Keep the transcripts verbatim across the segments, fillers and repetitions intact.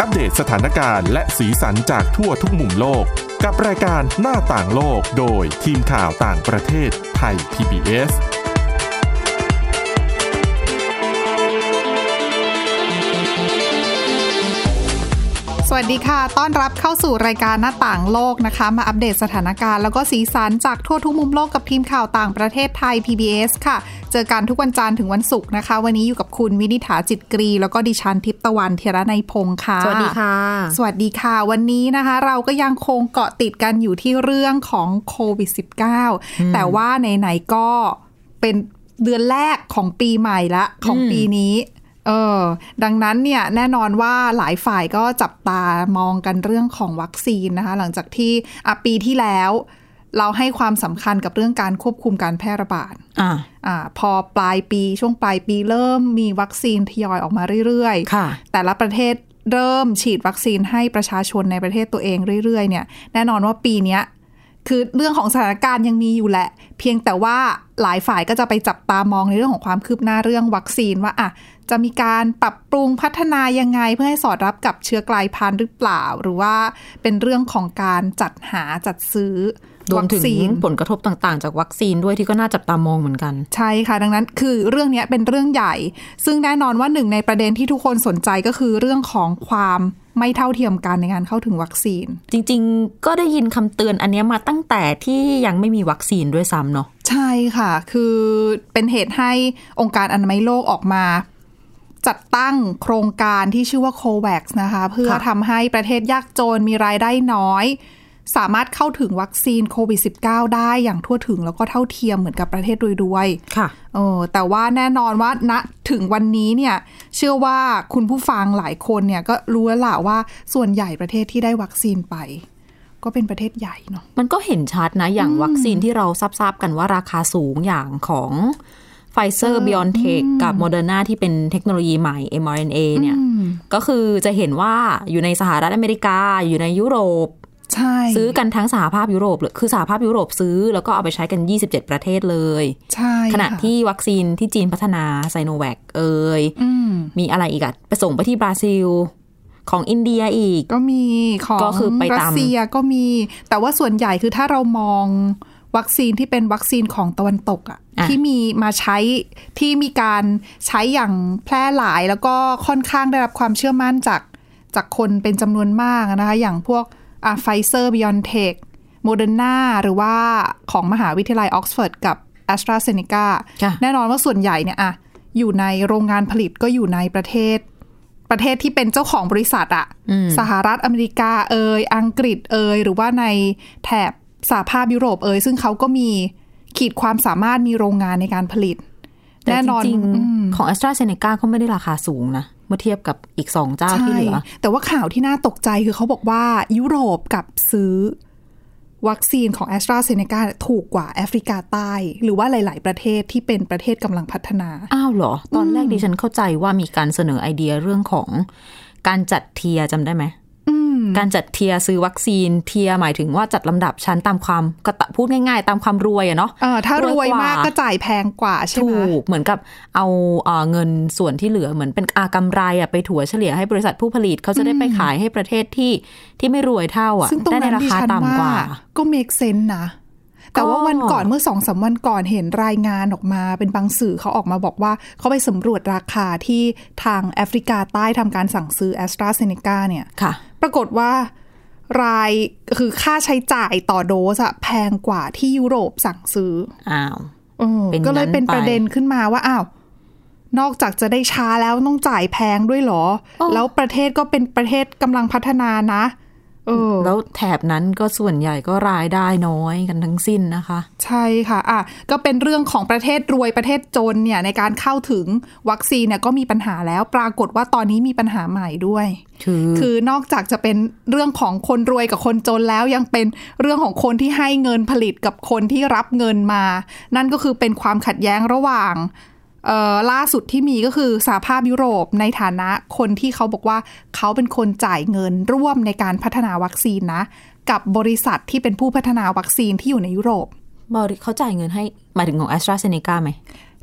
ปเดตสถานการณ์และสีสันจากทั่วทุกมุมโลกกับรายการหน้าต่างโลกโดยทีมข่าวต่างประเทศไทย พี บี เอสสวัสดีค่ะต้อนรับเข้าสู่รายการหน้าต่างโลกนะคะมาอัปเดตสถานการณ์แล้วก็สีสันจากทั่วทุกมุมโลกกับทีมข่าวต่างประเทศไทย พี บี เอส ค่ะเจอกันทุกวันจันทร์ถึงวันศุกร์นะคะวันนี้อยู่กับคุณวินิษฐาจิตกรีแล้วก็ดิฉันทิพย์ตะวันเทระนัยพงค์ค่ะสวัสดีค่ะสวัสดีค่ะวันนี้นะคะเราก็ยังคงเกาะติดกันอยู่ที่เรื่องของโควิด สิบเก้า แต่ว่าไหนๆก็เป็นเดือนแรกของปีใหม่ละของปีนี้เออดังนั้นเนี่ยแน่นอนว่าหลายฝ่ายก็จับตามองกันเรื่องของวัคซีนนะคะหลังจากที่อ่ะปีที่แล้วเราให้ความสำคัญกับเรื่องการควบคุมการแพร่ระบาดอ่าอ่าพอปลายปีช่วงปลายปีเริ่มมีวัคซีนทยอยออกมาเรื่อยๆแต่ละประเทศเริ่มฉีดวัคซีนให้ประชาชนในประเทศตัวเองเรื่อยๆเนี่ยแน่นอนว่าปีนี้คือเรื่องของสถานการณ์ยังมีอยู่แหละเพียงแต่ว่าหลายฝ่ายก็จะไปจับตามองในเรื่องของความคืบหน้าเรื่องวัคซีนว่าอ่ะจะมีการปรับปรุงพัฒนายังไงเพื่อให้สอดรับกับเชื้อกลายพันธุ์หรือเปล่าหรือว่าเป็นเรื่องของการจัดหาจัดซื้อรวมถึงผลกระทบต่างๆจากวัคซีนด้วยที่ก็น่าจับตามองเหมือนกันใช่ค่ะดังนั้นคือเรื่องนี้เป็นเรื่องใหญ่ซึ่งแน่นอนว่าหนึ่งในประเด็นที่ทุกคนสนใจก็คือเรื่องของความไม่เท่าเทียมกันในการเข้าถึงวัคซีนจริงๆก็ได้ยินคำเตือนอันนี้มาตั้งแต่ที่ยังไม่มีวัคซีนด้วยซ้ำเนาะใช่ค่ะคือเป็นเหตุให้องค์การอนามัยโลกออกมาจัดตั้งโครงการที่ชื่อว่า โควัคซ์ นะคะเพื่อทำให้ประเทศยากจนมีรายได้น้อยสามารถเข้าถึงวัคซีนโควิด สิบเก้า ได้อย่างทั่วถึงแล้วก็เท่าเทียมเหมือนกับประเทศรวยๆค่ะเออแต่ว่าแน่นอนว่าณถึงวันนี้เนี่ยเชื่อว่าคุณผู้ฟังหลายคนเนี่ยก็รู้แล้วล่ะว่าส่วนใหญ่ประเทศที่ได้วัคซีนไปก็เป็นประเทศใหญ่เนาะมันก็เห็นชัดนะอย่างวัคซีนที่เราทราบๆกันว่าราคาสูงอย่างของPfizer BioNTech กับ Moderna ที่เป็นเทคโนโลยีใหม่ เอ็ม อาร์ เอ็น เอ เนี่ยก็คือจะเห็นว่าอยู่ในสหรัฐอเมริกาอยู่ในยุโรปซื้อกันทั้งสหภาพยุโรปเลยคือสหภาพยุโรปซื้อแล้วก็เอาไปใช้กันยี่สิบเจ็ดประเทศเลยใช่ขณะที่วัคซีนที่จีนพัฒนาไซโนแวคเอ่ยมีอะไรอีกอะไปส่งไปที่บราซิลของอินเดียอีกก็มีของก็คือไปตามรัสเซียก็มีแต่ว่าส่วนใหญ่คือถ้าเรามองวัคซีนที่เป็นวัคซีนของตะวันตกอะที่มีมาใช้ที่มีการใช้อย่างแพร่หลายแล้วก็ค่อนข้างได้รับความเชื่อมั่นจากจากคนเป็นจำนวนมากนะคะอย่างพวกอ่ะ Pfizer BioNTech Moderna หรือว่าของมหาวิทยาลัยออกซฟอร์ดกับ AstraZeneca แน่นอนว่าส่วนใหญ่เนี่ยอะอยู่ในโรงงานผลิตก็อยู่ในประเทศประเทศที่เป็นเจ้าของบริษัทอะสหรัฐอเมริกาเอยอังกฤษเอยหรือว่าในแถบสหภาพยุโรปเอยซึ่งเขาก็มีขีดความสามารถมีโรงงานในการผลิตแน่นอนของ AstraZeneca ก็ไม่ได้ราคาสูงนะเมื่อเทียบกับอีกสองเจ้าที่เหลือแต่ว่าข่าวที่น่าตกใจคือเขาบอกว่ายุโรปกับซื้อวัคซีนของ AstraZeneca ถูกกว่าแอฟริกาใต้หรือว่าหลายๆประเทศที่เป็นประเทศกำลังพัฒนาอ้าวเหรอตอนแรกดิฉันเข้าใจว่ามีการเสนอไอเดียเรื่องของการจัดเทียร์จำได้ไหมการจัดเทียร์ซื้อวัคซีนเทียร์หมายถึงว่าจัดลำดับชั้นตามความก็พูดง่ายๆตามความรวยอะเนาะถ้ารวยมากก็จ่ายแพงกว่าใช่ไหมถูกเหมือนกับเอาเงินส่วนที่เหลือเหมือนเป็นอากำไรอะไปถัวเฉลี่ยให้บริษัทผู้ผลิตเขาจะได้ไปขายให้ประเทศที่ที่ไม่รวยเท่าอะได้ในราคาต่ำกว่าก็ make sense นะแต่ว่าวันก่อนเมื่อ สองสาม วันก่อนเห็นรายงานออกมาเป็นบางสื่อเขาออกมาบอกว่าเขาไปสำรวจราคาที่ทางแอฟริกาใต้ทำการสั่งซื้อ AstraZeneca เนี่ยปรากฏว่ารายคือค่าใช้จ่ายต่อโดสอะแพงกว่าที่ยุโรปสั่งซื้ออ้าวก็เลยเป็นประเด็นขึ้นมาว่าอ้าวนอกจากจะได้ช้าแล้วต้องจ่ายแพงด้วยเหรอแล้วประเทศก็เป็นประเทศกำลังพัฒนานะแล้วแถบนั้นก็ส่วนใหญ่ก็รายได้น้อยกันทั้งสิ้นนะคะใช่ค่ะอ่ะก็เป็นเรื่องของประเทศรวยประเทศจนเนี่ยในการเข้าถึงวัคซีนเนี่ยก็มีปัญหาแล้วปรากฏว่าตอนนี้มีปัญหาใหม่ด้วยคือคือนอกจากจะเป็นเรื่องของคนรวยกับคนจนแล้วยังเป็นเรื่องของคนที่ให้เงินผลิตกับคนที่รับเงินมานั่นก็คือเป็นความขัดแย้งระหว่างล่าสุดที่มีก็คือสหภาพยุโรปในฐานะคนที่เขาบอกว่าเขาเป็นคนจ่ายเงินร่วมในการพัฒนาวัคซีนนะกับบริษัทที่เป็นผู้พัฒนาวัคซีนที่อยู่ในยุโรปบริเขาจ่ายเงินให้หมายถึงของ AstraZeneca ไหม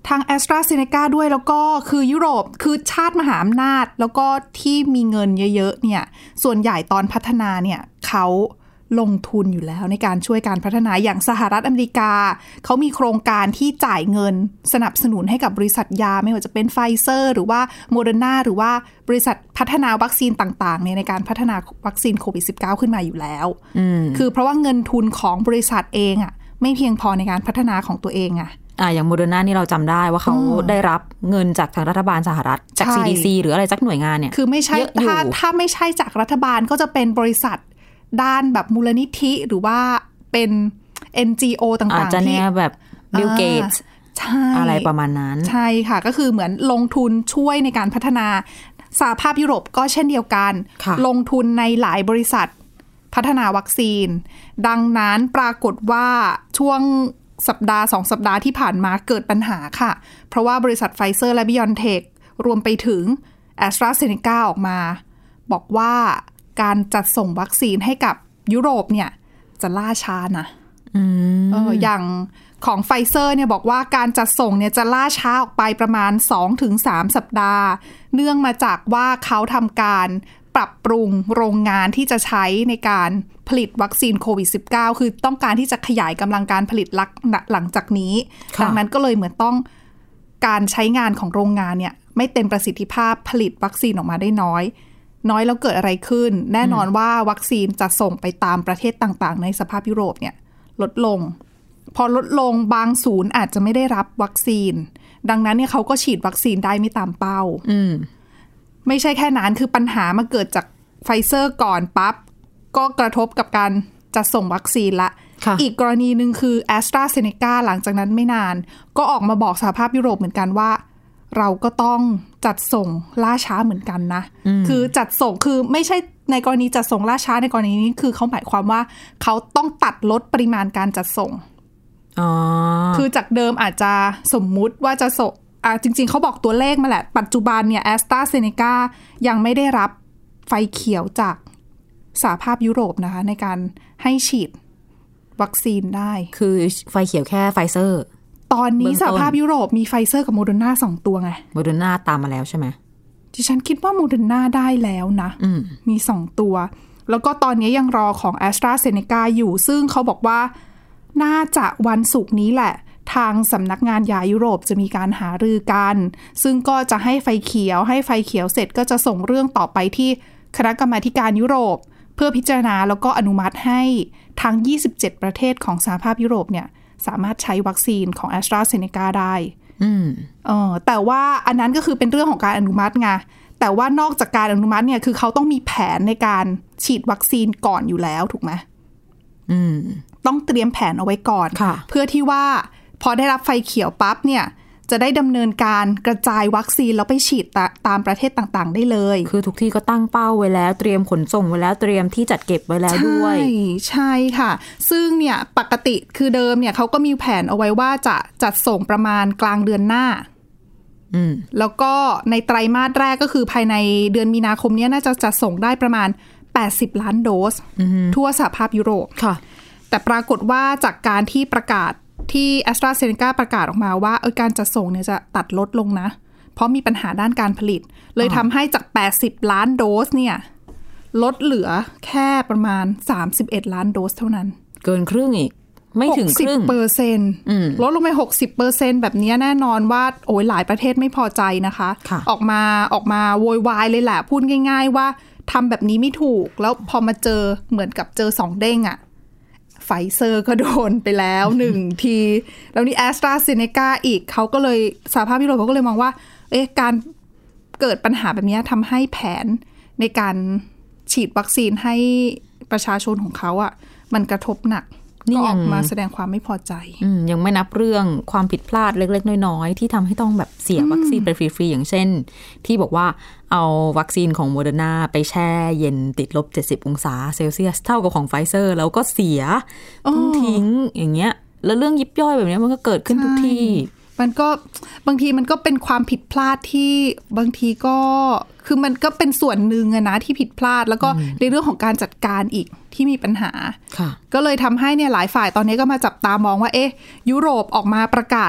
ทาง AstraZeneca ด้วยแล้วก็คือยุโรปคือชาติมหาอำนาจแล้วก็ที่มีเงินเยอะๆเนี่ยส่วนใหญ่ตอนพัฒนาเนี่ยเขาลงทุนอยู่แล้วในการช่วยการพัฒนาอย่างสหรัฐอเมริกาเขามีโครงการที่จ่ายเงินสนับสนุนให้กับบริษัทยาไม่ว่าจะเป็นไฟเซอร์หรือว่าโมเดอร์นาหรือว่าบริษัทพัฒนาวัคซีนต่างๆในการพัฒนาวัคซีนโควิด สิบเก้า ขึ้นมาอยู่แล้วคือเพราะว่าเงินทุนของบริษัทเองอ่ะไม่เพียงพอในการพัฒนาของตัวเองอ่ะอ่าอย่างโมเดอร์นานี่เราจำได้ว่าเขาได้รับเงินจากทางรัฐบาลสหรัฐจาก ซี ดี ซี หรืออะไรสักหน่วยงานเนี่ยคือไม่ใช่ถ้าถ้าไม่ใช่จากรัฐบาลก็จะเป็นบริษัทด้านแบบมูลนิธิหรือว่าเป็น เอ็น จี โอ ต่างๆอาจจะแนวแบบ Bill Gates อะไรประมาณนั้นใช่ค่ะก็คือเหมือนลงทุนช่วยในการพัฒนาสหภาพยุโรปก็เช่นเดียวกันลงทุนในหลายบริษัทพัฒนาวัคซีนดังนั้นปรากฏว่าช่วงสัปดาห์สองสัปดาห์ที่ผ่านมาเกิดปัญหาค่ะเพราะว่าบริษัทไฟเซอร์และ BioNTech รวมไปถึง AstraZeneca ออกมาบอกว่าการจัดส่งวัคซีนให้กับยุโรปเนี่ยจะล่าช้านะเอออย่างของไฟเซอร์เนี่ยบอกว่าการจัดส่งเนี่ยจะล่าช้าออกไปประมาณ สองถึงสาม สัปดาห์เนื่องมาจากว่าเขาทำการปรับปรุงโรงงานที่จะใช้ในการผลิตวัคซีนโควิด สิบเก้า คือต้องการที่จะขยายกำลังการผลิตหลังจากนี้ดังนั้นก็เลยเหมือนต้องการใช้งานของโรงงานเนี่ยไม่เต็มประสิทธิภาพผลิตวัคซีนออกมาได้น้อยน้อยแล้วเกิดอะไรขึ้นแน่นอนว่าวัคซีนจะส่งไปตามประเทศต่างๆในสภาพยุโรปเนี่ยลดลงพอลดลงบางศูนย์อาจจะไม่ได้รับวัคซีนดังนั้นเนี่ยเขาก็ฉีดวัคซีนได้ไม่ตามเป้าไม่ใช่แค่นั้นคือปัญหามาเกิดจากไฟเซอร์ก่อนปั๊บก็กระทบกับการจัดส่งวัคซีนละอีกกรณีหนึ่งคือ AstraZeneca หลังจากนั้นไม่นานก็ออกมาบอกสหภาพยุโรปเหมือนกันว่าเราก็ต้องจัดส่งล่าช้าเหมือนกันนะคือจัดส่งคือไม่ใช่ในกรณีจัดส่งล่าช้าในกรณีนี้คือเขาหมายความว่าเขาต้องตัดลดปริมาณการจัดส่งคือจากเดิมอาจจะสมมุติว่าจะส่งอ่าจริงๆเขาบอกตัวเลขมาแหละปัจจุบันเนี่ย AstraZeneca ยังไม่ได้รับไฟเขียวจากสหภาพยุโรปนะคะในการให้ฉีดวัคซีนได้คือไฟเขียวแค่ไฟเซอร์ตอนนี้สหภาพยุโรปมีไฟเซอร์กับโมเดอร์นาสองตัวไงโมเดอร์นาตามมาแล้วใช่ไหมดิฉันคิดว่าโมเดอร์นาได้แล้วนะมีสองตัวแล้วก็ตอนนี้ยังรอของ AstraZeneca อยู่ซึ่งเขาบอกว่าน่าจะวันศุกร์นี้แหละทางสำนักงานยายุโรปจะมีการหารือกันซึ่งก็จะให้ไฟเขียวให้ไฟเขียวเสร็จก็จะส่งเรื่องต่อไปที่คณะกรรมาธิการยุโรปเพื่อพิจารณาแล้วก็อนุมัติให้ทั้งยี่สิบเจ็ดประเทศของสหภาพยุโรปเนี่ยสามารถใช้วัคซีนของ AstraZeneca ได้เออแต่ว่าอันนั้นก็คือเป็นเรื่องของการอนุมัติไงแต่ว่านอกจากการอนุมัติเนี่ยคือเขาต้องมีแผนในการฉีดวัคซีนก่อนอยู่แล้วถูกไหมต้องเตรียมแผนเอาไว้ก่อนเพื่อที่ว่าพอได้รับไฟเขียวปั๊บเนี่ยจะได้ดำเนินการกระจายวัคซีนแล้วไปฉีดตามประเทศต่างๆได้เลยคือทุกที่ก็ตั้งเป้าไว้แล้วเตรียมขนส่งไว้แล้วเตรียมที่จัดเก็บไว้แล้วด้วยใช่ใช่ค่ะซึ่งเนี่ยปกติคือเดิมเนี่ยเขาก็มีแผนเอาไว้ว่าจะจัดส่งประมาณกลางเดือนหน้าแล้วก็ในไตรมาสแรกก็คือภายในเดือนมีนาคมนี้น่าจะจัดส่งได้ประมาณแปดสิบล้านโดสทั่วสหภาพยุโรปค่ะแต่ปรากฏว่าจากการที่ประกาศที่ AstraZeneca ประกาศออกมาว่าเออการจัดส่งเนี่ยจะตัดลดลงนะเพราะมีปัญหาด้านการผลิตเลยทำให้จากแปดสิบล้านโดสเนี่ยลดเหลือแค่ประมาณสามสิบเอ็ดล้านโดสเท่านั้นเกินครึ่งอีกไม่ถึงครึ่งหกสิบเปอร์เซ็นต์ ลดลงไป หกสิบเปอร์เซ็นต์ แบบนี้แน่นอนว่าโอ้ยหลายประเทศไม่พอใจนะคะออกมาออกมาโวยวายเลยแหละพูดง่ายๆว่าทำแบบนี้ไม่ถูกแล้วพอมาเจอเหมือนกับเจอสองเด้งอะไฟเซอร์ก็โดนไปแล้วหนึ่งทีแล้วนี่ AstraZeneca อีกเขาก็เลยสหภาพยุโรปเขาก็เลยมองว่าเอ๊ะการเกิดปัญหาแบบนี้ทำให้แผนในการฉีดวัคซีนให้ประชาชนของเขาอ่ะมันกระทบหนักก็ออกมาแสดงความไม่พอใจยังไม่นับเรื่องความผิดพลาดเล็กๆน้อยๆที่ทำให้ต้องแบบเสียวัคซีนไปฟรีๆอย่างเช่นที่บอกว่าเอาวัคซีนของโมเดอร์นาไปแช่เย็นติดลบเจ็ดสิบองศาเซลเซียสเท่ากับของไฟเซอร์แล้วก็เสียต้องทิ้งอย่างเงี้ยแล้วเรื่องยิบย่อยแบบนี้มันก็เกิดขึ้นทุกที่มันก็บางทีมันก็เป็นความผิดพลาดที่บางทีก็คือมันก็เป็นส่วนหนึ่งนะที่ผิดพลาดแล้วก็ในเรื่องของการจัดการอีกที่มีปัญหาก็เลยทำให้เนี่ยหลายฝ่ายตอนนี้ก็มาจับตามองว่าเอ๊ะยุโรปออกมาประกาศ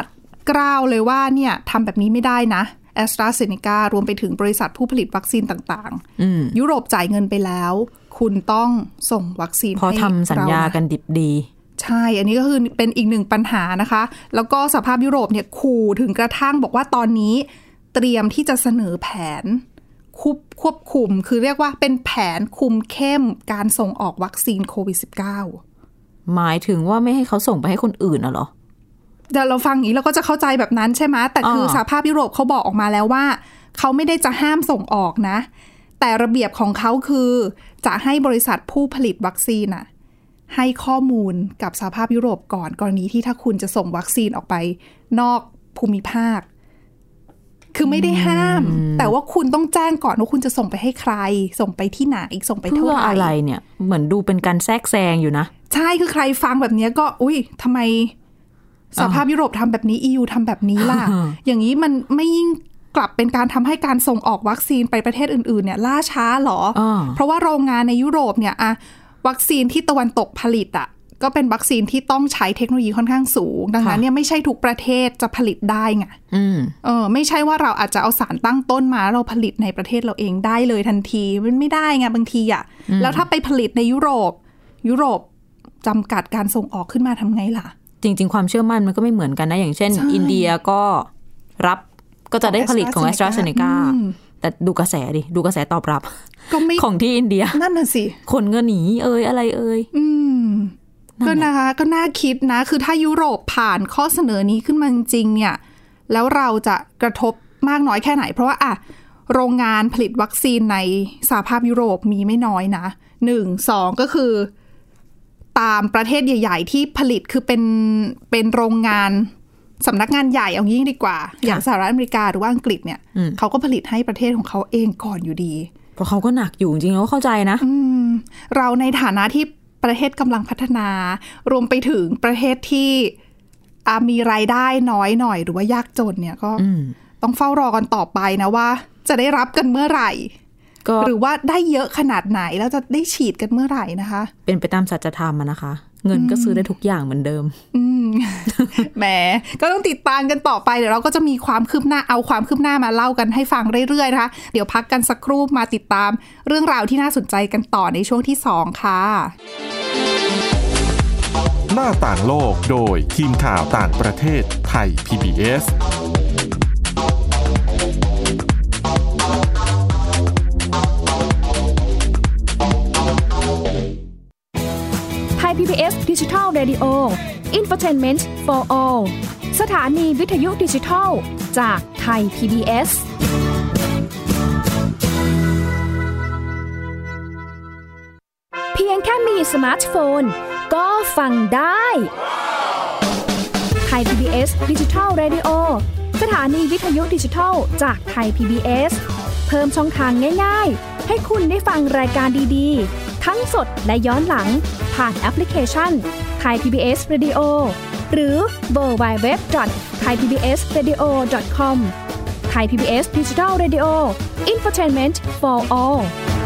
กล่าวเลยว่าเนี่ยทำแบบนี้ไม่ได้นะ AstraZeneca รวมไปถึงบริษัทผู้ผลิตวัคซีนต่างๆยุโรปจ่ายเงินไปแล้วคุณต้องส่งวัคซีนให้เราเพราะทำสัญญากันดิบดีใช่อันนี้ก็คือเป็นอีกหนึ่งปัญหานะคะแล้วก็สภาพยุโรปเนี่ยขู่ถึงกระทั่งบอกว่าตอนนี้เตรียมที่จะเสนอแผนควบคุมคือเรียกว่าเป็นแผนคุมเข้มการส่งออกวัคซีนโควิด สิบเก้าหมายถึงว่าไม่ให้เขาส่งไปให้คนอื่นน่ะเหรอเดี๋ยวเราฟังอย่างนี้เราก็จะเข้าใจแบบนั้นใช่ไหมแต่คือสหภาพยุโรปเขาบอกออกมาแล้วว่าเขาไม่ได้จะห้ามส่งออกนะแต่ระเบียบของเขาคือจะให้บริษัทผู้ผลิตวัคซีนน่ะให้ข้อมูลกับสหภาพยุโรปก่อนกรณีที่ถ้าคุณจะส่งวัคซีนออกไปนอกภูมิภาคคือไม่ได้ห้ามแต่ว่าคุณต้องแจ้งก่อนว่าคุณจะส่งไปให้ใครส่งไปที่ไหนส่งไปเท่าไหร่เพื่ออะไรเนี่ยเหมือนดูเป็นการแทรกแซงอยู่นะใช่คือใครฟังแบบนี้ก็อุ้ยทำไมสหภาพยุโรปทำแบบนี้ อี ยู ทำแบบนี้ล่ะ อย่างนี้มันไม่ยิ่งกลับเป็นการทำให้การส่งออกวัคซีนไปประเทศอื่นๆเนี่ยล่าช้าหรอเพราะว่าโรงงานในยุโรปเนี่ยอะวัคซีนที่ตะวันตกผลิตอะก็เป็นวัคซีนที่ต้องใช้เทคโนโลยีค่อนข้างสูงดังนั้นเนี่ยไม่ใช่ทุกประเทศจะผลิตได้ไงเออไม่ใช่ว่าเราอาจจะเอาสารตั้งต้นมาเราผลิตในประเทศเราเองได้เลยทันทีมันไม่ได้ไงบางทีอะแล้วถ้าไปผลิตในยุโรปยุโรปจำกัดการส่งออกขึ้นมาทำไงล่ะจริงๆความเชื่อมั่นมันก็ไม่เหมือนกันนะอย่างเช่นอินเดียก็รับก็จะได้ผลิตของ AstraZeneca แต่ดูกระแสดิดูกระแสตอบรับของที่อินเดียนั่นน่ะสิคนก็หนีเอ่ยอะไรเอ่ยอืมก็นะคะก็น่าคิดนะคือถ้ายุโรปผ่านข้อเสนอนี้ขึ้นมาจริงๆเนี่ยแล้วเราจะกระทบมากน้อยแค่ไหนเพราะว่าอะโรงงานผลิตวัคซีนในสหภาพยุโรปมีไม่น้อยนะหนึ่ง สองก็คือตามประเทศใหญ่ๆที่ผลิตคือเป็นเป็นโรงงานสำนักงานใหญ่เอางี้ดีกว่าอย่างสหรัฐอเมริกาหรือว่าอังกฤษเนี่ยเขาก็ผลิตให้ประเทศของเขาเองก่อนอยู่ดีเพราะเขาก็หนักอยู่จริงๆแล้วเข้าใจนะเราในฐานะที่ประเทศกำลังพัฒนารวมไปถึงประเทศที่มีรายได้น้อยหน่อยหรือว่ายากจนเนี่ยก็ต้องเฝ้ารอกันต่อไปนะว่าจะได้รับกันเมื่อไหร่หรือว่าได้เยอะขนาดไหนแล้วจะได้ฉีดกันเมื่อไหร่นะคะเป็นไปตามสัจธรรมนะคะเงินก็ซื้อได้ทุกอย่างเหมือนเดิมแหมก็ต้องติดตามกันต่อไปเดี๋ยวเราก็จะมีความคืบหน้าเอาความคืบหน้ามาเล่ากันให้ฟังเรื่อยๆนะคะเดี๋ยวพักกันสักครู่มาติดตามเรื่องราวที่น่าสนใจกันต่อในช่วงที่สองค่ะหน้าต่างโลกโดยทีมข่าวต่างประเทศไทย พี บี เอสไทย พี บี เอส Digital Radio Infotainment for All สถานีวิทยุดิจิทัลจากไทย พี บี เอส เพียงแค่มีสมาร์ทโฟนก็ฟังได้ไทย พี บี เอส Digital Radio สถานีวิทยุดิจิทัลจากไทย พี บี เอส เพิ่มช่องทางง่ายๆให้คุณได้ฟังรายการดีๆทั้งสดและย้อนหลังผ่านแอปพลิเคชัน Thai พี บี เอส Radio หรือ ดับเบิลยู ดับเบิลยู ดับเบิลยู ดอท ไทย พี บี เอส เรดิโอ ดอท คอม Thai พี บี เอส Digital Radio Infotainment for All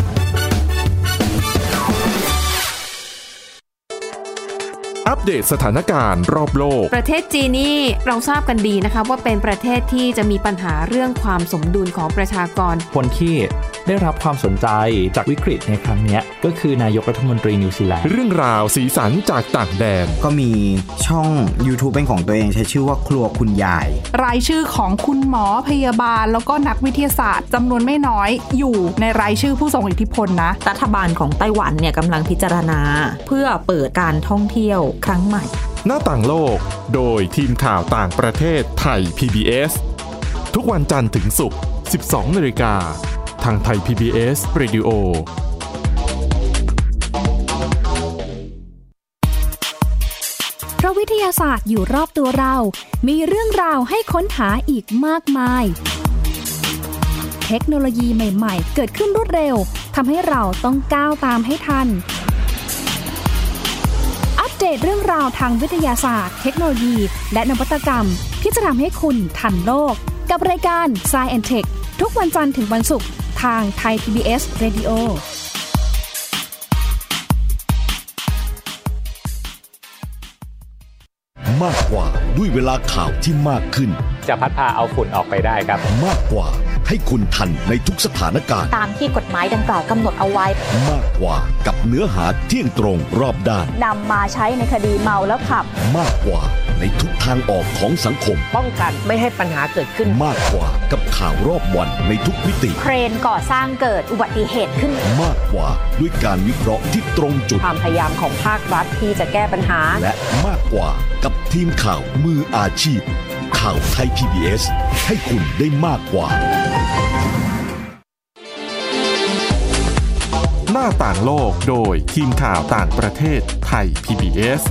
อัปเดตสถานการณ์รอบโลกประเทศจีนนี่เราทราบกันดีนะคะว่าเป็นประเทศที่จะมีปัญหาเรื่องความสมดุลของประชากรคนที่ได้รับความสนใจจากวิกฤตในครั้งนี้ก็คือนายกรัฐมนตรีนิวซีแลนด์เรื่องราวสีสันจากต่างแดนก็มีช่อง YouTube เป็นของตัวเองใช้ชื่อว่าครัวคุณยายรายชื่อของคุณหมอพยาบาลแล้วก็นักวิทยาศาสตร์จำนวนไม่น้อยอยู่ในรายชื่อผู้ทรงอิทธิพลนะรัฐบาลของไต้หวันเนี่ยกำลังพิจารณาเพื่อเปิดการท่องเที่ยวครั้งใหม่หน้าต่างโลกโดยทีมข่าวต่างประเทศไทย พี บี เอส ทุกวันจันทร์ถึงศุกร์ สิบสองนาฬิกาทางไทย พี บี เอส Radio เพราะวิทยาศาสตร์อยู่รอบตัวเรามีเรื่องราวให้ค้นหาอีกมากมายเทคโนโลยีใหม่ๆเกิดขึ้นรวดเร็วทำให้เราต้องก้าวตามให้ทันอัปเดตเรื่องราวทางวิทยาศาสตร์เทคโนโลยีและนวัตกรรมที่จะทำให้คุณทันโลกกับรายการ Science แอนด์ Tech ทุกวันจันทร์ถึงวันศุกร์ทางไทย พี บี เอส Radio มากกว่าด้วยเวลาข่าวที่มากขึ้นจะพัดพาเอาฝุ่นออกไปได้ครับมากกว่าให้คุณทันในทุกสถานการณ์ตามที่กฎหมายดังกล่าวกำหนดเอาไว้มากกว่ากับเนื้อหาเที่ยงตรงรอบด้านนำมาใช้ในคดีเมาแล้วขับมากกว่าในทุกทางออกของสังคมป้องกันไม่ให้ปัญหาเกิดขึ้นมากกว่ากับข่าวรอบวันในทุกมิติเครนก่อสร้างเกิดอุบัติเหตุขึ้นมากกว่าด้วยการวิเคราะห์ที่ตรงจุดความพยายามของภาครัฐที่จะแก้ปัญหาและมากกว่ากับทีมข่าวมืออาชีพข่าวไทย พี บี เอส ให้คุณได้มากกว่าหน้าต่างโลกโดยทีมข่าวต่างประเทศไทย พี บี เอส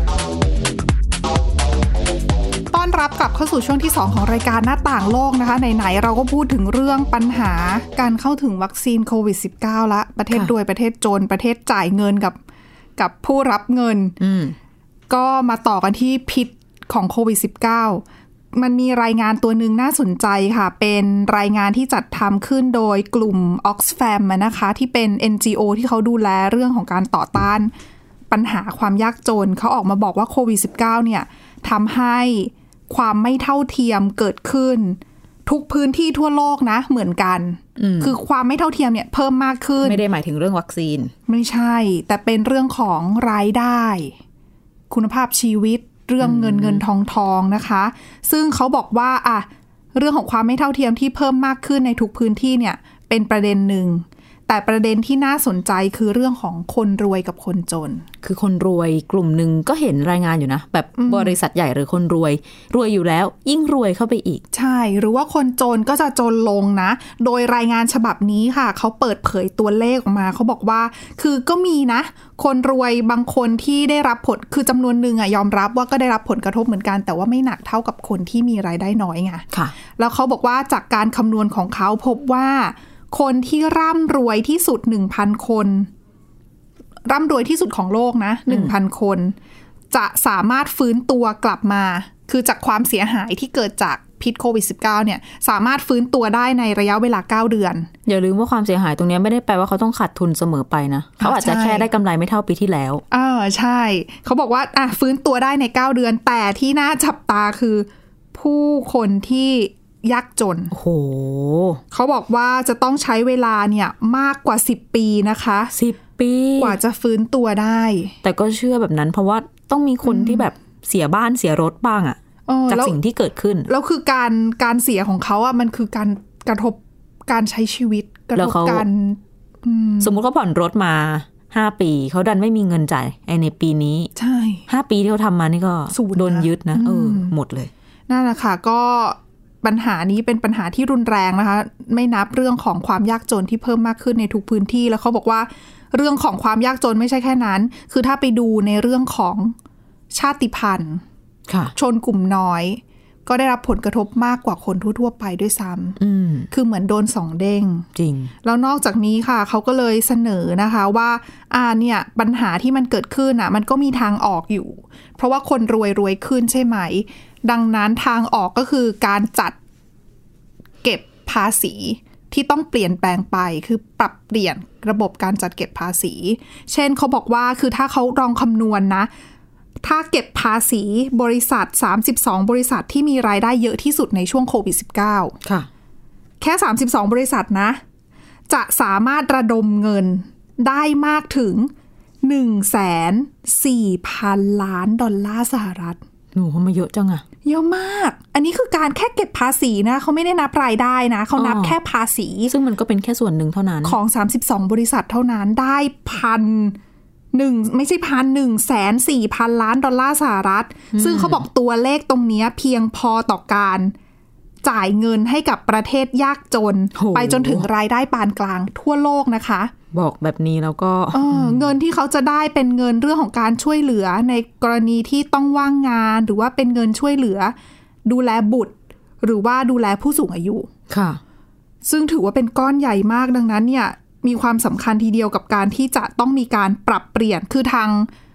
ต้อนรับกลับเข้าสู่ช่วงที่สองของรายการหน้าต่างโลกนะคะไหนๆเราก็พูดถึงเรื่องปัญหาการเข้าถึงวัคซีนโควิด สิบเก้า ละประเทศรวยประเทศจนประเทศจ่ายเงินกับกับผู้รับเงินก็มาต่อกันที่พิษของโควิด สิบเก้า มันมีรายงานตัวหนึ่งน่าสนใจค่ะเป็นรายงานที่จัดทำขึ้นโดยกลุ่ม Oxfam นะคะที่เป็น เอ็น จี โอ ที่เขาดูแลเรื่องของการต่อต้านปัญหาความยากจนเขาออกมาบอกว่าโควิด สิบเก้า เนี่ยทำให้ความไม่เท่าเทียมเกิดขึ้นทุกพื้นที่ทั่วโลกนะเหมือนกันคือความไม่เท่าเทียมเนี่ยเพิ่มมากขึ้นไม่ได้หมายถึงเรื่องวัคซีนไม่ใช่แต่เป็นเรื่องของรายได้คุณภาพชีวิตเรื่องเงินเงินทองทองนะคะซึ่งเขาบอกว่าอะเรื่องของความไม่เท่าเทียมที่เพิ่มมากขึ้นในทุกพื้นที่เนี่ยเป็นประเด็นหนึ่งแต่ประเด็นที่น่าสนใจคือเรื่องของคนรวยกับคนจนคือคนรวยกลุ่มหนึ่งก็เห็นรายงานอยู่นะแบบบริษัทใหญ่หรือคนรวยรวยอยู่แล้วยิ่งรวยเข้าไปอีกใช่หรือว่าคนจนก็จะจนลงนะโดยรายงานฉบับนี้ค่ะเขาเปิดเผยตัวเลขออกมาเขาบอกว่าคือก็มีนะคนรวยบางคนที่ได้รับผลคือจำนวนหนึ่งอะยอมรับว่าก็ได้รับผลกระทบเหมือนกันแต่ว่าไม่หนักเท่ากับคนที่มีรายได้น้อยไงค่ะแล้วเขาบอกว่าจากการคำนวณของเขาพบว่าคนที่ร่ำรวยที่สุด หนึ่งพัน คนร่ำรวยที่สุดของโลกนะ หนึ่งพัน คนจะสามารถฟื้นตัวกลับมาคือจากความเสียหายที่เกิดจากพิษโควิด สิบเก้า เนี่ยสามารถฟื้นตัวได้ในระยะเวลาเก้าเดือนอย่าลืมว่าความเสียหายตรงนี้ไม่ได้แปลว่าเขาต้องขาดทุนเสมอไปนะเขาอาจจะแค่ได้กำไรไม่เท่าปีที่แล้วอ่าใช่เขาบอกว่าอ่ะฟื้นตัวได้ในเก้าเดือนแต่ที่น่าจับตาคือผู้คนที่ยากจนโอ้โหเขาบอกว่าจะต้องใช้เวลาเนี่ยมากกว่าสิบปีนะคะสิบปีกว่าจะฟื้นตัวได้แต่ก็เชื่อแบบนั้นเพราะว่าต้องมีคนที่แบบเสียบ้านเสียรถบ้างอะจากสิ่งที่เกิดขึ้นแล้วคือการการเสียของเขาอะมันคือการกระทบการใช้ชีวิตกระทบการสมมุติเขาผ่อนรถมาห้าปีเขาดันไม่มีเงินจ่ายไอในปีนี้ใช่ห้าปีที่เขาทำมานี่ก็โดนยึดนะเออหมดเลยนั่นแหละค่ะก็ปัญหานี้เป็นปัญหาที่รุนแรงนะคะไม่นับเรื่องของความยากจนที่เพิ่มมากขึ้นในทุกพื้นที่แล้วเขาบอกว่าเรื่องของความยากจนไม่ใช่แค่นั้นคือถ้าไปดูในเรื่องของชาติพันธุ์ชนกลุ่มน้อยก็ได้รับผลกระทบมากกว่าคนทั่วๆไปด้วยซ้ำคือเหมือนโดนสองเด้งจริงแล้วนอกจากนี้ค่ะเขาก็เลยเสนอนะคะว่าอ่าเนี่ยปัญหาที่มันเกิดขึ้นอ่ะมันก็มีทางออกอยู่เพราะว่าคนรวยรวยขึ้นใช่ไหมดังนั้นทางออกก็คือการจัดเก็บภาษีที่ต้องเปลี่ยนแปลงไปคือปรับเปลี่ยนระบบการจัดเก็บภาษีเช่นเขาบอกว่าคือถ้าเขาลองคำนวณ นะถ้าเก็บภาษีบริษัทสามสิบสองบริษัทที่มีรายได้เยอะที่สุดในช่วงโควิด สิบเก้าค่ะแค่สามสิบสองบริษัทนะจะสามารถระดมเงินได้มากถึง หนึ่งแสนสี่พัน ล้านดอลลาร์สหรัฐหนูเขามาเยอะจังอะเยอะมากอันนี้คือการแค่เก็บภาษีนะเขาไม่ได้นับรายได้นะเขานับแค่ภาษีซึ่งมันก็เป็นแค่ส่วนหนึ่งเท่านั้นของสามสิบสองบริษัทเท่านั้นได้พันหนึ่งไม่ใช่พันหนึ่งแสนสี่พันล้านดอลลาร์สหรัฐซึ่งเขาบอกตัวเลขตรงนี้เพียงพอต่อการจ่ายเงินให้กับประเทศยากจนไปจนถึงรายได้ปานกลางทั่วโลกนะคะบอกแบบนี้แล้วก็เออเงินที่เขาจะได้เป็นเงินเรื่องของการช่วยเหลือในกรณีที่ต้องว่างงานหรือว่าเป็นเงินช่วยเหลือดูแลบุตรหรือว่าดูแลผู้สูงอายุค่ะซึ่งถือว่าเป็นก้อนใหญ่มากดังนั้นเนี่ยมีความสำคัญทีเดียวกับการที่จะต้องมีการปรับเปลี่ยนคือทาง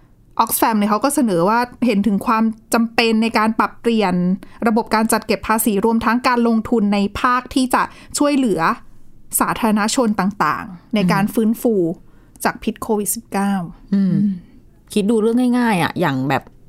Oxfam เนี่ยเขาก็เสนอว่าเห็นถึงความจำเป็นในการปรับเปลี่ยนระบบการจัดเก็บภาษีรวมทั้งการลงทุนในภาคที่จะช่วยเหลือสาธารณชนต่างๆในการฟื้นฟูจากพิษโควิด สิบเก้าอืมคิดดูเรื่องง่ายๆอ่ะอย่างแบบ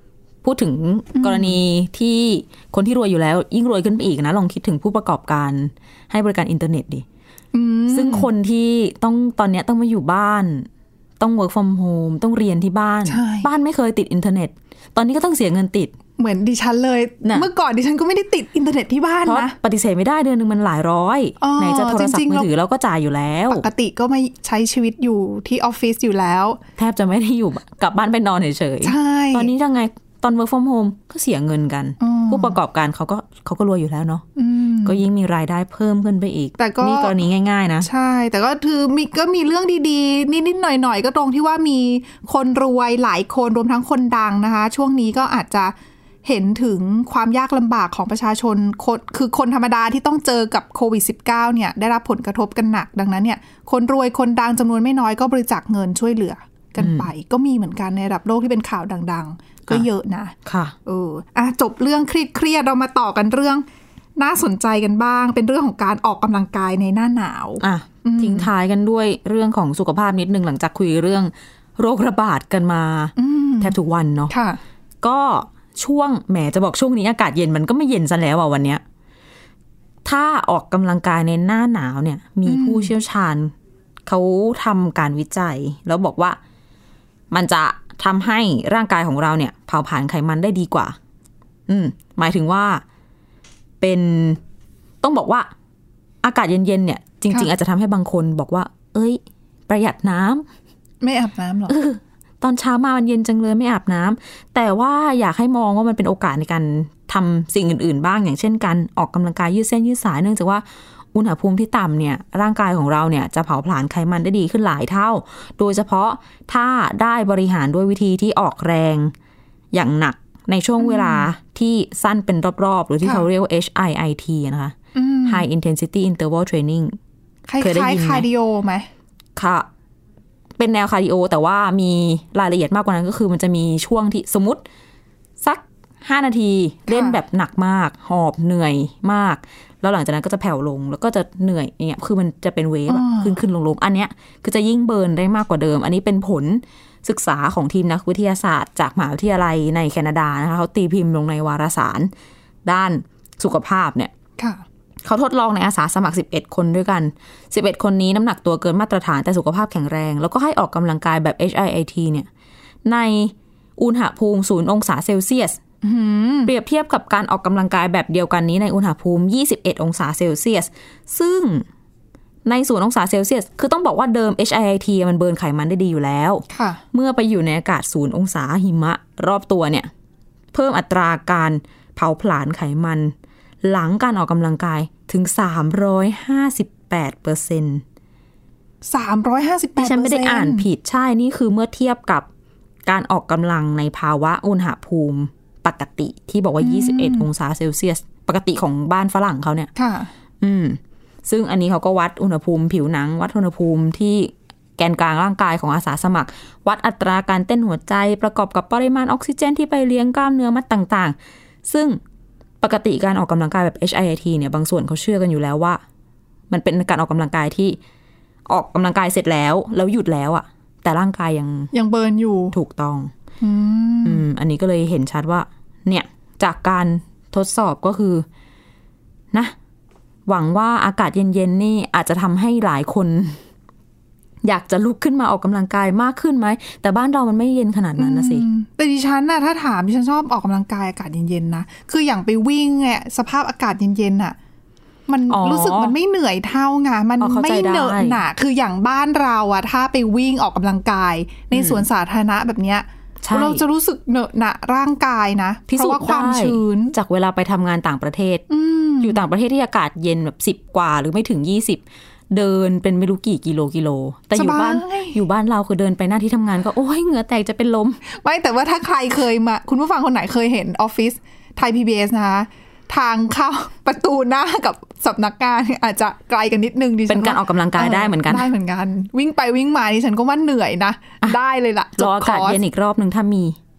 พูดถึงกรณีที่คนที่รวยอยู่แล้วยิ่งรวยขึ้นไปอีกนะลองคิดถึงผู้ประกอบการให้บริการอินเทอร์เน็ตดิซึ่งคนที่ต้องตอนนี้ต้องมาอยู่บ้านต้อง work from home ต้องเรียนที่บ้านบ้านไม่เคยติดอินเทอร์เน็ตตอนนี้ก็ต้องเสียเงินติดเหมือนดิฉันเลยเมื่อก่อนดิฉันก็ไม่ได้ติดอินเทอร์เน็ตที่บ้านนะปฏิเสธไม่ได้เดือนนึงมันหลายร้อยไหนจะโทรศัพท์มือถือแล้วก็จ่ายอยู่แล้วปกติก็ไม่ใช้ชีวิตอยู่ที่ออฟฟิศอยู่แล้วแทบจะไม่ได้อยู่กลับบ้านไปนอนเฉยๆตอนนี้ยังไงตอน work from home ก็เสียเงินกันผู้ประกอบการเขาก็เขาก็รวยอยู่แล้วเนาะก็ยิ่งมีรายได้เพิ่มขึ้นไปอีกนี่กรณีง่ายๆนะใช่แต่ก็คือมีก็มีเรื่องดีๆนิดๆหน่อยๆก็ตรงที่ว่ามีคนรวยหลายคนรวมทั้งคนดังนะคะช่วงนี้ก็อาจจะเห็นถึงความยากลำบากของประชาชนคนคือคนธรรมดาที่ต้องเจอกับโควิด สิบเก้า เนี่ยได้รับผลกระทบกันหนักดังนั้นเนี่ยคนรวยคนดังจำนวนไม่น้อยก็บริจาคเงินช่วยเหลือกันไปก็มีเหมือนกันในระดับโลกที่เป็นข่าวดังๆก็เยอะนะค่ะเอออ่ะจบเรื่องเครียดๆเรามาต่อกันเรื่องน่าสนใจกันบ้างเป็นเรื่องของการออกกำลังกายในหน้าหนาวอ่ะทิ้งท้ายกันด้วยเรื่องของสุขภาพนิดนึงหลังจากคุยเรื่องโรคระบาดกันมาแทบทุกวันเนาะค่ะก็ช่วงแหมจะบอกช่วงนี้อากาศเย็นมันก็ไม่เย็นซะแล้วอ่ะวันเนี้ยถ้าออกกำลังกายในหน้าหนาวเนี่ยมีผู้เชี่ยวชาญเขาทำการวิจัยแล้วบอกว่ามันจะทำให้ร่างกายของเราเนี่ยเผาผลาญไขมันได้ดีกว่าอืมหมายถึงว่าเป็นต้องบอกว่าอากาศเย็นๆเนี่ยจริงๆอาจจะทำให้บางคนบอกว่าเอ้ยประหยัดน้ำไม่อาบน้ำหรอตอนเช้ามามันเย็นจังเลยไม่อาบน้ำแต่ว่าอยากให้มองว่ามันเป็นโอกาสในการทำสิ่งอื่นๆบ้างอย่างเช่นการออกกำลังกายยืดเส้นยืดสายเนื่องจากว่าอุณหภูมิที่ต่ำเนี่ยร่างกายของเราเนี่ยจะเผาผลาญไขมันได้ดีขึ้นหลายเท่าโดยเฉพาะถ้าได้บริหารด้วยวิธีที่ออกแรงอย่างหนักในช่วงเวลาที่สั้นเป็นรอบๆหรือที่เขาเรียกว่า เอช ไอ ไอ ที นะคะ High Intensity Interval Training เคยได้ยินไหมคล้ายๆคาร์ดิโอไหมค่ะเป็นแนวคาร์ดิโอแต่ว่ามีรายละเอียดมากกว่านั้นก็คือมันจะมีช่วงที่สมมติสักห้านาทีเล่นแบบหนักมากหอบเหนื่อยมากแล้วหลังจากนั้นก็จะแผ่วลงแล้วก็จะเหนื่อยเนี่ยคือมันจะเป็นเวฟขึ้นขึ้นลงลงอันเนี้ยคือจะยิ่งเบิร์นได้มากกว่าเดิมอันนี้เป็นผลศึกษาของทีมนักวิทยาศาสตร์จากมหาวิทยาลัยในแคนาดานะคะเขาตีพิมพ์ลงในวารสารด้านสุขภาพเนี่ยเขาทดลองในอาสาสมัครสิบเอ็ดคนด้วยกันสิบเอ็ดคนนี้น้ำหนักตัวเกินมาตรฐานแต่สุขภาพแข็งแรงแล้วก็ให้ออกกำลังกายแบบ เอช ไอ ไอ ที เนี่ยในอุณหภูมิศูนย์องศาเซลเซียสเปรียบเทียบกับการออกกำลังกายแบบเดียวกันนี้ในอุณหภูมิยี่สิบเอ็ดองศาเซลเซียสซึ่งในศูนย์องศาเซลเซียสคือต้องบอกว่าเดิม เอช ไอ ไอ ที มันเบิร์นไขมันได้ดีอยู่แล้วเมื่อไปอยู่ในอากาศศูนย์องศาหิมะรอบตัวเนี่ยเพิ่มอัตราการเผาผลาญไขมันหลังการออกกำลังกายถึงสามร้อยห้าสิบแปดเปอร์เซ็นต์สามร้อยห้าสิบแปดเปอร์เซ็นต์ดิฉันไม่ได้อ่านผิดใช่นี่คือเมื่อเทียบกับการออกกำลังในภาวะอุณหภูมิปกติที่บอกว่ายี่สิบเอ็ดองศาเซลเซียสปกติของบ้านฝรั่งเขาเนี่ยค่ะอืมซึ่งอันนี้เขาก็วัดอุณหภูมิผิวหนังวัดอุณหภูมิที่แกนกลางร่างกายของอาสาสมัครวัดอัตราการเต้นหัวใจประกอบกับปริมาณออกซิเจนที่ไปเลี้ยงกล้ามเนื้อมัดต่างๆซึ่งปกติการออกกำลังกายแบบ เอช ไอ ไอ ที เนี่ยบางส่วนเขาเชื่อกันอยู่แล้วว่ามันเป็นการออกกำลังกายที่ออกกำลังกายเสร็จแล้วแล้วหยุดแล้วอ่ะแต่ร่างกายยังยังเบิร์นอยู่ถูกต้องอืมอืมอันนี้ก็เลยเห็นชัดว่าเนี่ยจากการทดสอบก็คือนะหวังว่าอากาศเย็นๆนี่อาจจะทำให้หลายคนอยากจะลุกขึ้นมาออกกำลังกายมากขึ้นไหมแต่บ้านเรามันไม่เย็นขนาดนั้นนะสิแต่ดิฉันน่ะถ้าถามดิฉันชอบออกกำลังกายอากาศเย็นๆนะคืออย่างไปวิ่งเนี่ยสภาพอากาศเย็นๆน่ะมันรู้สึกมันไม่เหนื่อยเท่าไงมันไม่เหนอะหนะคืออย่างบ้านเราอะถ้าไปวิ่งออกกำลังกายในสวนสาธารณะแบบเนี้ยเราจะรู้สึกเหนอะหนะร่างกายนะเพราะว่าความชื้นจากเวลาไปทำงานต่างประเทศ อ, อยู่ต่างประเทศที่อากาศเย็นแบบสิบกว่าหรือไม่ถึงยี่สิบเดินเป็นไม่รู้กี่กิโลกิโลแต่อยู่บ้านอยู่บ้านเราคือเดินไปหน้าที่ทำงานก็โอ้ยเหงื่อแตกจะเป็นลมไม่แต่ว่าถ้าใครเคยมาคุณผู้ฟังคนไหนเคยเห็นออฟฟิศไทย พี บี เอส นะคะทางเข้าประตูหน้ากับสำนักงานอาจจะไกลกันนิดนึงดิฉันเป็นการออกกำลังกายได้เหมือนกันได้เหมือนกันวิ่งไปวิ่งมาดิฉันก็ว่าเหนื่อยนะได้เลยล่ะรออากาศเย็นอีกรอบนึงถ้ามี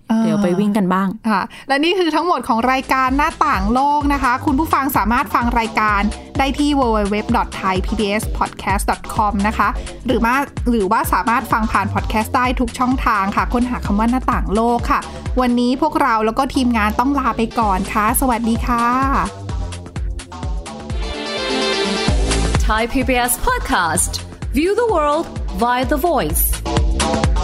เดี๋ยวไปวิ่งกันบ้างค่ะและนี่คือทั้งหมดของรายการหน้าต่างโลกนะคะคุณผู้ฟังสามารถฟังรายการได้ที่ ดับเบิลยู ดับเบิลยู ดับเบิลยู ดอท ไทย พี บี เอส พอดแคสต์ ดอท คอม นะคะหรือว่าหรือว่าสามารถฟังผ่านพอดแคสต์ได้ทุกช่องทางค่ะค้นหาคำว่าหน้าต่างโลกค่ะวันนี้พวกเราแล้วก็ทีมงานต้องลาไปก่อนค่ะสวัสดีค่ะ Thai พี บี เอส Podcast View the world via the voice